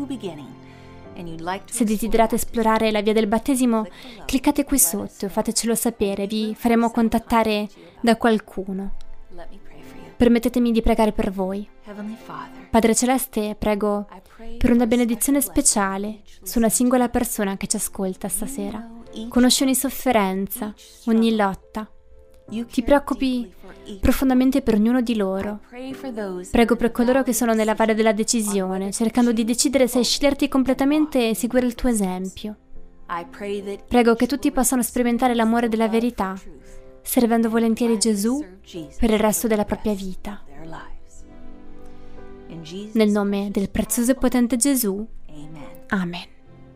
Se desiderate esplorare la via del battesimo, cliccate qui sotto e fatecelo sapere, vi faremo contattare da qualcuno. Permettetemi di pregare per voi. Padre Celeste, prego per una benedizione speciale su una singola persona che ci ascolta stasera. Conosci ogni sofferenza, ogni lotta. Ti preoccupi profondamente per ognuno di loro. Prego per coloro che sono nella valle della decisione, cercando di decidere se sceglierti completamente e seguire il tuo esempio. Prego che tutti possano sperimentare l'amore della verità, servendo volentieri Gesù per il resto della propria vita. Nel nome del prezioso e potente Gesù. Amen.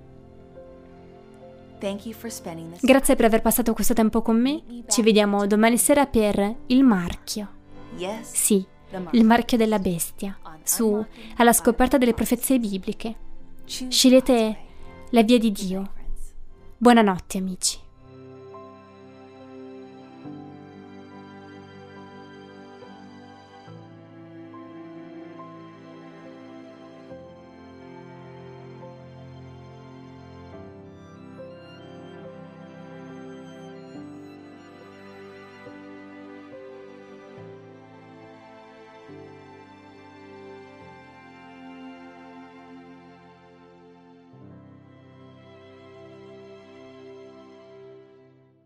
Grazie per aver passato questo tempo con me. Ci vediamo domani sera per il marchio. Sì, il marchio della bestia, su Alla scoperta delle profezie bibliche. Scegliete la via di Dio. Buonanotte, amici.